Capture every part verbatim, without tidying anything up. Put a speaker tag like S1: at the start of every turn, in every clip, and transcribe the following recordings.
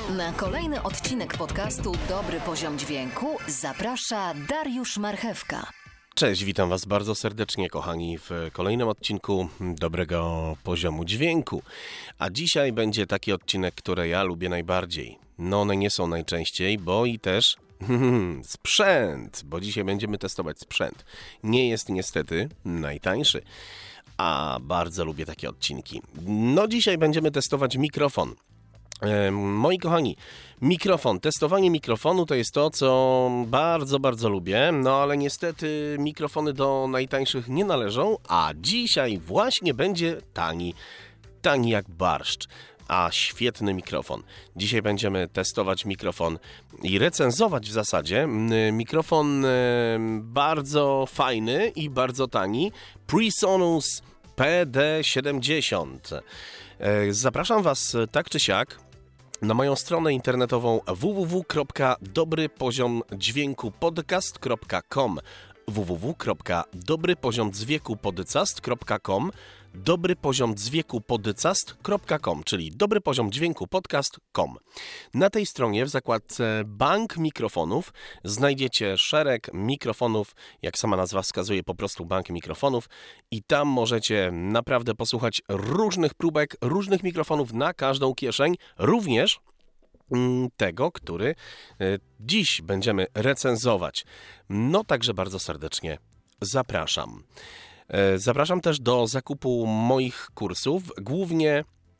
S1: Na kolejny odcinek podcastu Dobry Poziom Dźwięku zaprasza Dariusz Marchewka.
S2: Cześć, witam Was bardzo serdecznie, kochani, w kolejnym odcinku Dobrego Poziomu Dźwięku. A dzisiaj będzie taki odcinek, który ja lubię najbardziej. No one nie są najczęściej, bo i też hmm, sprzęt, bo dzisiaj będziemy testować sprzęt. Nie jest niestety najtańszy, a bardzo lubię takie odcinki. No dzisiaj będziemy testować mikrofon. Moi kochani, mikrofon, testowanie mikrofonu to jest to, co bardzo, bardzo lubię, no ale niestety mikrofony do najtańszych nie należą, a dzisiaj właśnie będzie tani, tani jak barszcz, a świetny mikrofon. Dzisiaj będziemy testować mikrofon i recenzować w zasadzie mikrofon bardzo fajny i bardzo tani, PreSonus P D siedemdziesiąt. Zapraszam Was tak czy siak na moją stronę internetową w w w kropka dobry poziom dźwięku podcast kropka com w w w kropka dobry poziom dźwięku podcast kropka com dobry poziom dźwięku podcast kropka com, czyli dobry poziom dźwięku podcast kropka com. Na tej stronie w zakładce Bank Mikrofonów znajdziecie szereg mikrofonów, jak sama nazwa wskazuje, po prostu bank mikrofonów i tam możecie naprawdę posłuchać różnych próbek, różnych mikrofonów na każdą kieszeń, również tego, który dziś będziemy recenzować. No także bardzo serdecznie zapraszam. Zapraszam też do zakupu moich kursów. Głównie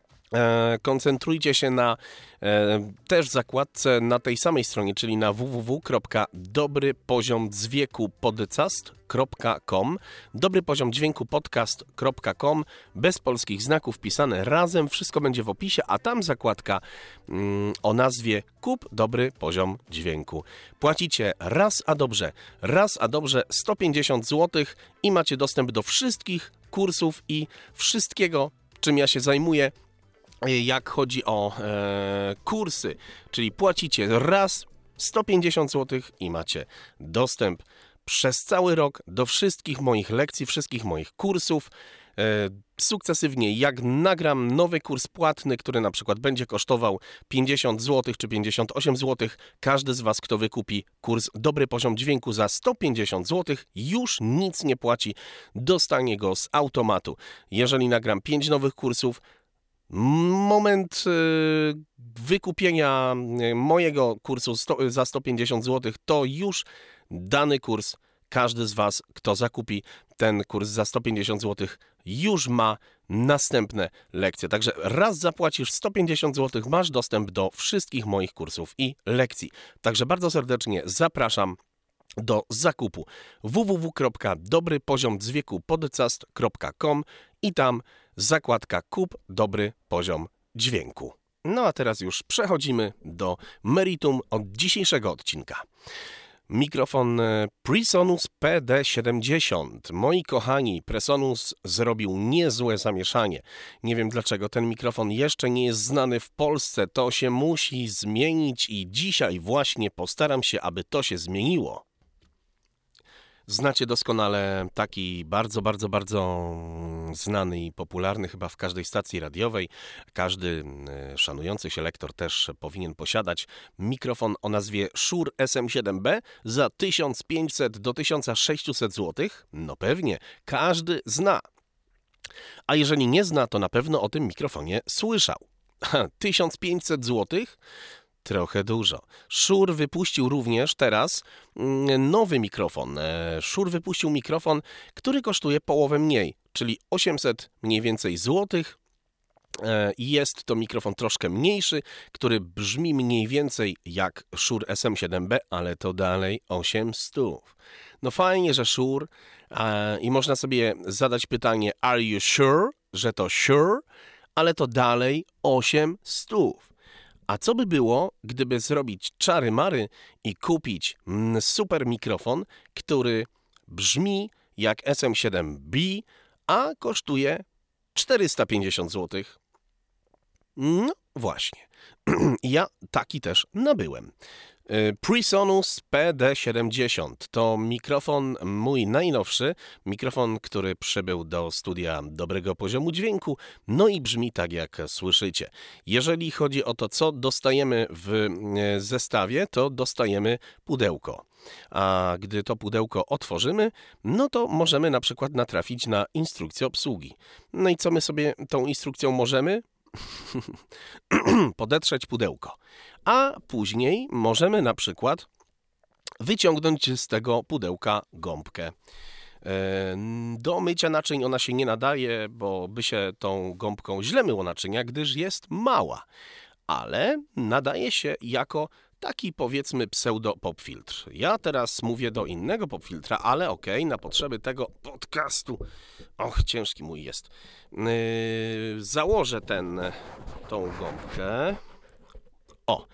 S2: e, koncentrujcie się na e, też zakładce na tej samej stronie, czyli na w w w kropka dobry poziom dźwięku podcast kropka com dobry poziom dźwięku podcast kropka com bez polskich znaków, pisane razem, wszystko będzie w opisie, a tam zakładka mm, o nazwie Kup Dobry Poziom Dźwięku. Płacicie raz a dobrze, raz a dobrze sto pięćdziesiąt złotych i macie dostęp do wszystkich kursów i wszystkiego, czym ja się zajmuję, jak chodzi o e, kursy, czyli płacicie raz sto pięćdziesiąt złotych i macie dostęp przez cały rok do wszystkich moich lekcji, wszystkich moich kursów. E, sukcesywnie, jak nagram nowy kurs płatny, który na przykład będzie kosztował pięćdziesiąt złotych czy pięćdziesiąt osiem złotych, każdy z Was, kto wykupi kurs Dobry Poziom Dźwięku za sto pięćdziesiąt złotych, już nic nie płaci, dostanie go z automatu. Jeżeli nagram pięć nowych kursów, moment y, wykupienia mojego kursu sto, za sto pięćdziesiąt złotych, to już dany kurs, każdy z Was, kto zakupi ten kurs za sto pięćdziesiąt złotych, już ma następne lekcje. Także raz zapłacisz sto pięćdziesiąt złotych, masz dostęp do wszystkich moich kursów i lekcji. Także bardzo serdecznie zapraszam do zakupu w w w kropka dobry poziom dźwięku podcast kropka com i tam zakładka Kup Dobry Poziom Dźwięku. No a teraz już przechodzimy do meritum od dzisiejszego odcinka. Mikrofon PreSonus P D siedemdziesiąt. Moi kochani, PreSonus zrobił niezłe zamieszanie. Nie wiem dlaczego ten mikrofon jeszcze nie jest znany w Polsce. To się musi zmienić i dzisiaj właśnie postaram się, aby to się zmieniło. Znacie doskonale taki bardzo, bardzo, bardzo znany i popularny chyba w każdej stacji radiowej. Każdy szanujący się lektor też powinien posiadać mikrofon o nazwie Shure S M siedem B za tysiąc pięćset do tysiąc sześćset złotych. No pewnie, każdy zna. A jeżeli nie zna, to na pewno o tym mikrofonie słyszał. tysiąc pięćset złotych? Trochę dużo. Shure wypuścił również teraz nowy mikrofon. Shure wypuścił mikrofon, który kosztuje połowę mniej, czyli osiemset mniej więcej złotych. Jest to mikrofon troszkę mniejszy, który brzmi mniej więcej jak Shure S M siedem B, ale to dalej osiemset. No fajnie, że Shure i można sobie zadać pytanie are you sure, że to Shure, ale to dalej osiemset. A co by było, gdyby zrobić czary-mary i kupić super mikrofon, który brzmi jak S M siedem B, a kosztuje czterysta pięćdziesiąt złotych? No właśnie. Ja taki też nabyłem. PreSonus P D siedemdziesiąt to mikrofon mój najnowszy, mikrofon, który przybył do studia dobrego poziomu dźwięku, no i brzmi tak jak słyszycie. Jeżeli chodzi o to, co dostajemy w zestawie, to dostajemy pudełko. A gdy to pudełko otworzymy, no to możemy na przykład natrafić na instrukcję obsługi. No i co my sobie tą instrukcją możemy? Podetrzeć pudełko. A później możemy na przykład wyciągnąć z tego pudełka gąbkę. Do mycia naczyń ona się nie nadaje, bo by się tą gąbką źle myło naczynia, gdyż jest mała. Ale nadaje się jako taki, powiedzmy, pseudo-popfiltr. Ja teraz mówię do innego popfiltra, ale okej, okay, na potrzeby tego podcastu, och, ciężki mój jest, yy, założę ten, tą gąbkę. O,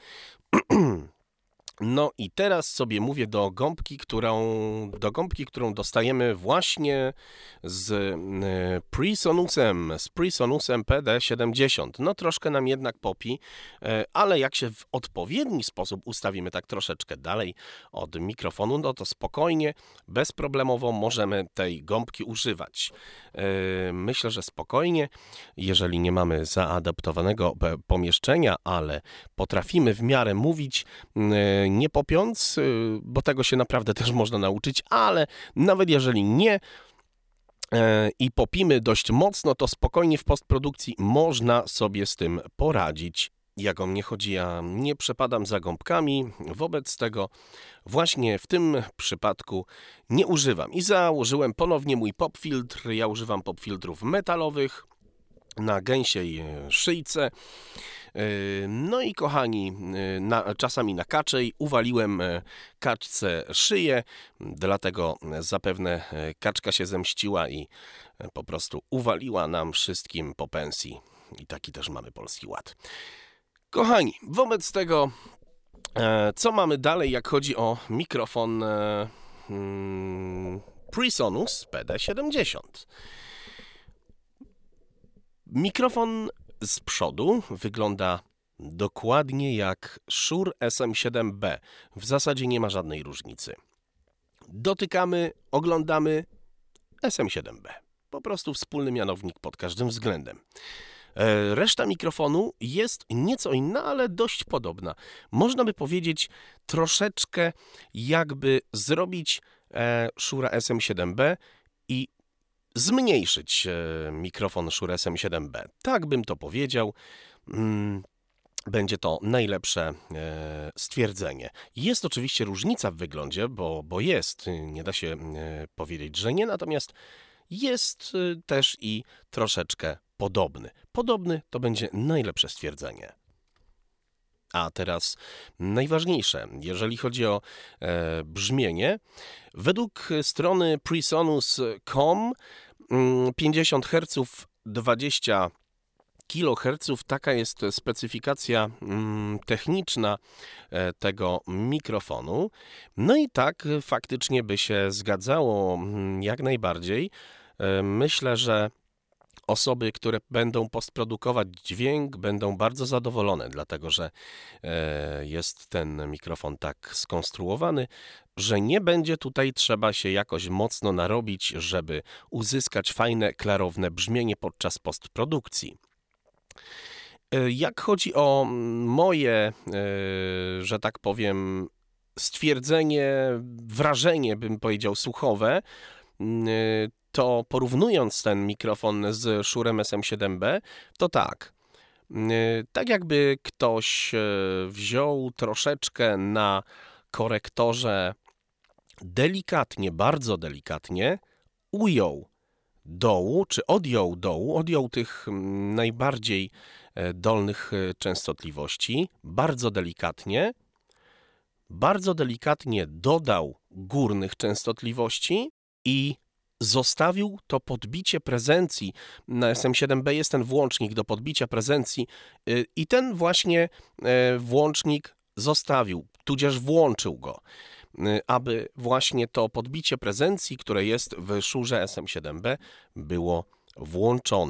S2: no i teraz sobie mówię do gąbki, którą, do gąbki, którą dostajemy właśnie z PreSonusem, z PreSonusem P D siedemdziesiąt. No troszkę nam jednak popi, ale jak się w odpowiedni sposób ustawimy tak troszeczkę dalej od mikrofonu, no to spokojnie, bezproblemowo możemy tej gąbki używać. Myślę, że spokojnie, jeżeli nie mamy zaadaptowanego pomieszczenia, ale potrafimy w miarę mówić, nie popiąc, bo tego się naprawdę też można nauczyć, ale nawet jeżeli nie i popimy dość mocno, to spokojnie w postprodukcji można sobie z tym poradzić. Jak o mnie chodzi, ja nie przepadam za gąbkami, wobec tego właśnie w tym przypadku nie używam. I założyłem ponownie mój popfiltr, ja używam popfiltrów metalowych na gęsiej szyjce. No i kochani, na, czasami na kaczej uwaliłem kaczce szyję, dlatego zapewne kaczka się zemściła i po prostu uwaliła nam wszystkim po pensji. I taki też mamy Polski Ład. Kochani, wobec tego, co mamy dalej, jak chodzi o mikrofon hmm, PreSonus P D siedemdziesiąt. Mikrofon z przodu wygląda dokładnie jak Shure S M siedem B. W zasadzie nie ma żadnej różnicy. Dotykamy, oglądamy S M siedem B. Po prostu wspólny mianownik pod każdym względem. Reszta mikrofonu jest nieco inna, ale dość podobna. Można by powiedzieć troszeczkę jakby zrobić Shure S M siedem B i zmniejszyć mikrofon Shure S M siedem B. Tak bym to powiedział. Będzie to najlepsze stwierdzenie. Jest oczywiście różnica w wyglądzie, bo, bo jest, nie da się powiedzieć, że nie, natomiast jest też i troszeczkę podobny. Podobny to będzie najlepsze stwierdzenie. A teraz najważniejsze, jeżeli chodzi o e, brzmienie. Według strony presonus kropka com pięćdziesiąt herców, dwadzieścia kiloherców, taka jest specyfikacja mm, techniczna e, tego mikrofonu. No i tak faktycznie by się zgadzało mm, jak najbardziej. E, myślę, że osoby, które będą postprodukować dźwięk, będą bardzo zadowolone, dlatego że e, jest ten mikrofon tak skonstruowany, że nie będzie tutaj trzeba się jakoś mocno narobić, żeby uzyskać fajne, klarowne brzmienie podczas postprodukcji. E, jak chodzi o moje, e, że tak powiem, stwierdzenie, wrażenie, bym powiedział, słuchowe, e, to porównując ten mikrofon z Shurem S M siedem B, to tak, tak jakby ktoś wziął troszeczkę na korektorze delikatnie, bardzo delikatnie, ujął dołu, czy odjął dołu, odjął tych najbardziej dolnych częstotliwości, bardzo delikatnie, bardzo delikatnie dodał górnych częstotliwości i zostawił to podbicie prezencji. Na S M siedem B jest ten włącznik do podbicia prezencji i ten właśnie włącznik zostawił, tudzież włączył go, aby właśnie to podbicie prezencji, które jest w Shurze S M siedem B, było włączone.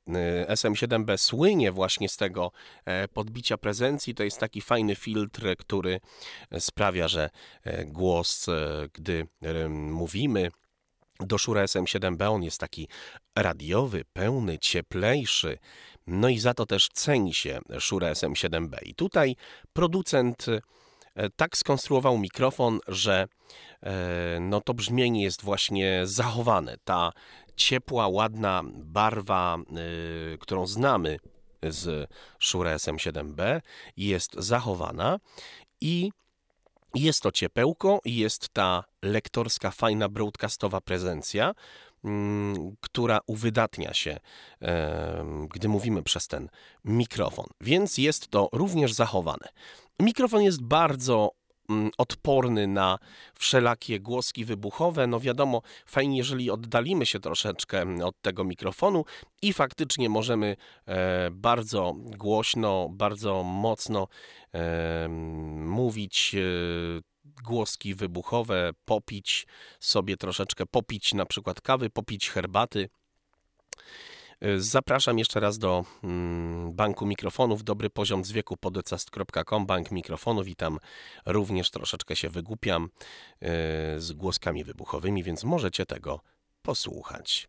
S2: S M siedem B słynie właśnie z tego podbicia prezencji. To jest taki fajny filtr, który sprawia, że głos, gdy mówimy do Shure S M siedem B, on jest taki radiowy, pełny, cieplejszy. No i za to też ceni się Shure S M siedem B. I tutaj producent tak skonstruował mikrofon, że no to brzmienie jest właśnie zachowane. Ta ciepła, ładna barwa, którą znamy z Shure S M siedem B, jest zachowana i jest to ciepełko, jest ta lektorska, fajna, broadcastowa prezencja, która uwydatnia się, gdy mówimy przez ten mikrofon. Więc jest to również zachowane. Mikrofon jest bardzo odporny na wszelakie głoski wybuchowe. No wiadomo, fajnie, jeżeli oddalimy się troszeczkę od tego mikrofonu i faktycznie możemy bardzo głośno, bardzo mocno mówić głoski wybuchowe, popić sobie troszeczkę, popić na przykład kawy, popić herbaty. Zapraszam jeszcze raz do banku mikrofonów, dobry poziom dźwięku podcast kropka com, bank mikrofonów, i tam również troszeczkę się wygłupiam z głoskami wybuchowymi, więc możecie tego posłuchać.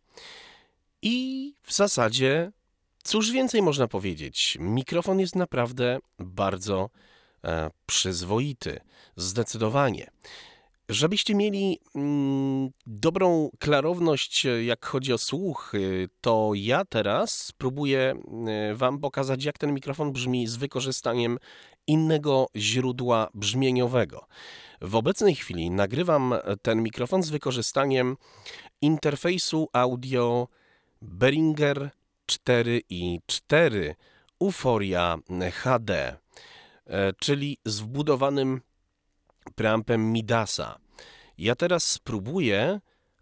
S2: I w zasadzie cóż więcej można powiedzieć? Mikrofon jest naprawdę bardzo e, przyzwoity, zdecydowanie. Żebyście mieli mm, dobrą klarowność, jak chodzi o słuch, to ja teraz spróbuję wam pokazać, jak ten mikrofon brzmi z wykorzystaniem innego źródła brzmieniowego. W obecnej chwili nagrywam ten mikrofon z wykorzystaniem interfejsu audio Behringer cztery i cztery Uforia H D, czyli z wbudowanym preampem Midasa. Ja teraz spróbuję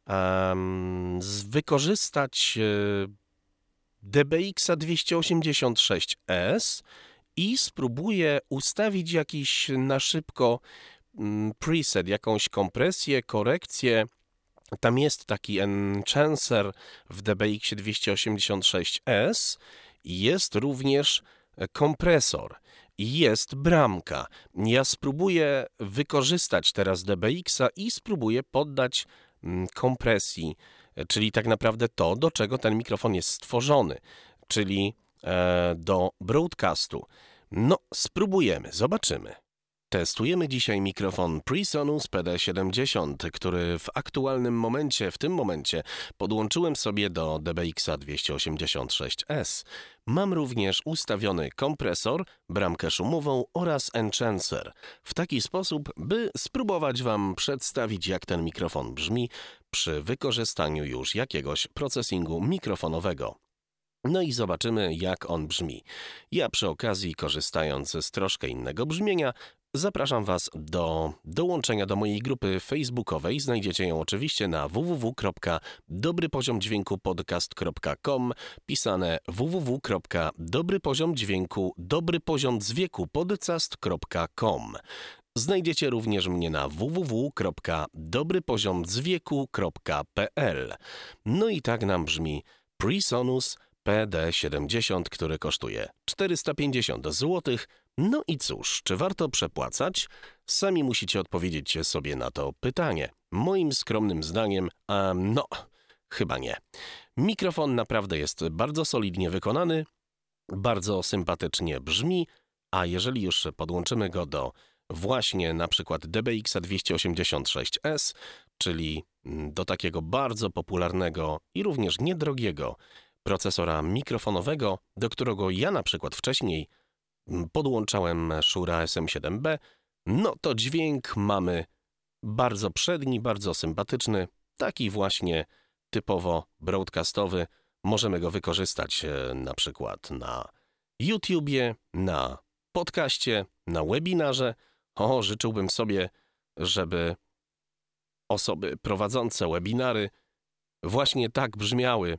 S2: um, wykorzystać D B X dwieście osiemdziesiąt sześć S i spróbuję ustawić jakiś na szybko um, preset, jakąś kompresję, korekcję. Tam jest taki enhancer w D B X dwieście osiemdziesiąt sześć S i jest również kompresor. Jest bramka. Ja spróbuję wykorzystać teraz D B X-a i spróbuję poddać kompresji, czyli tak naprawdę to, do czego ten mikrofon jest stworzony, czyli do broadcastu. No, spróbujemy, zobaczymy. Testujemy dzisiaj mikrofon PreSonus P D siedemdziesiąt, który w aktualnym momencie, w tym momencie podłączyłem sobie do D B X dwieście osiemdziesiąt sześć S. Mam również ustawiony kompresor, bramkę szumową oraz enhancer. W taki sposób, by spróbować wam przedstawić, jak ten mikrofon brzmi przy wykorzystaniu już jakiegoś procesingu mikrofonowego. No i zobaczymy, jak on brzmi. Ja przy okazji, korzystając z troszkę innego brzmienia, zapraszam was do dołączenia do mojej grupy facebookowej. Znajdziecie ją oczywiście na w w w kropka dobry poziom dźwięku podcast kropka com, pisane w w w kropka dobry poziom dźwięku dobry poziom dźwięku podcast kropka com. Znajdziecie również mnie na w w w kropka dobry poziom dźwięku kropka p l. No i tak nam brzmi PreSonus P D siedemdziesiąt, który kosztuje czterysta pięćdziesiąt złotych. No i cóż, czy warto przepłacać? Sami musicie odpowiedzieć sobie na to pytanie. Moim skromnym zdaniem, um, no, chyba nie. Mikrofon naprawdę jest bardzo solidnie wykonany, bardzo sympatycznie brzmi, a jeżeli już podłączymy go do właśnie na przykład D B X dwieście osiemdziesiąt sześć S, czyli do takiego bardzo popularnego i również niedrogiego procesora mikrofonowego, do którego ja na przykład wcześniej podłączałem Shure S M siedem B, no to dźwięk mamy bardzo przedni, bardzo sympatyczny, taki właśnie typowo broadcastowy. Możemy go wykorzystać na przykład na YouTubie, na podcaście, na webinarze. O, życzyłbym sobie, żeby osoby prowadzące webinary właśnie tak brzmiały.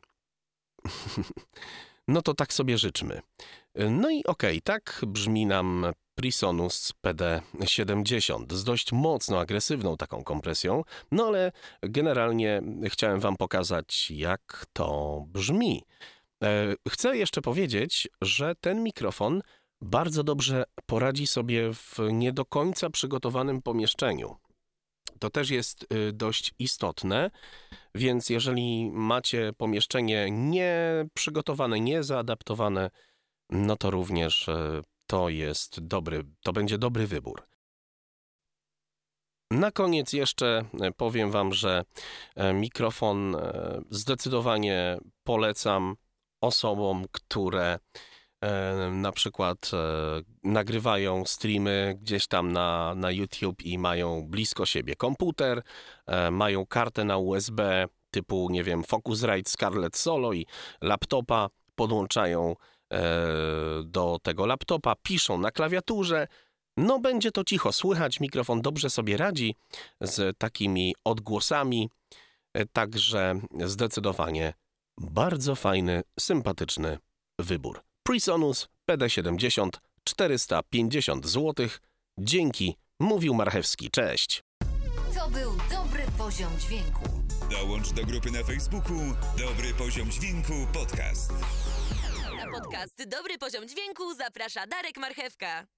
S2: No to tak sobie życzmy. No i okej, okay, tak brzmi nam PreSonus P D siedemdziesiąt z dość mocno agresywną taką kompresją, no ale generalnie chciałem wam pokazać, jak to brzmi. Chcę jeszcze powiedzieć, że ten mikrofon bardzo dobrze poradzi sobie w nie do końca przygotowanym pomieszczeniu. To też jest dość istotne, więc jeżeli macie pomieszczenie nieprzygotowane, niezaadaptowane, no to również to jest dobry, to będzie dobry wybór. Na koniec jeszcze powiem Wam, że mikrofon zdecydowanie polecam osobom, które na przykład nagrywają streamy gdzieś tam na, na YouTube i mają blisko siebie komputer, mają kartę na U S B typu, nie wiem, Focusrite Scarlett Solo i laptopa, podłączają do tego laptopa, piszą na klawiaturze. No będzie to cicho słychać, mikrofon dobrze sobie radzi z takimi odgłosami, także zdecydowanie bardzo fajny, sympatyczny wybór. Presonus P D siedemdziesiąt, czterysta pięćdziesiąt złotych. Dzięki, mówił Marchewski. Cześć.
S1: To był Dobry Poziom Dźwięku.
S3: Dołącz do grupy na Facebooku Dobry Poziom Dźwięku Podcast.
S4: Na podcast Dobry Poziom Dźwięku zaprasza Darek Marchewka.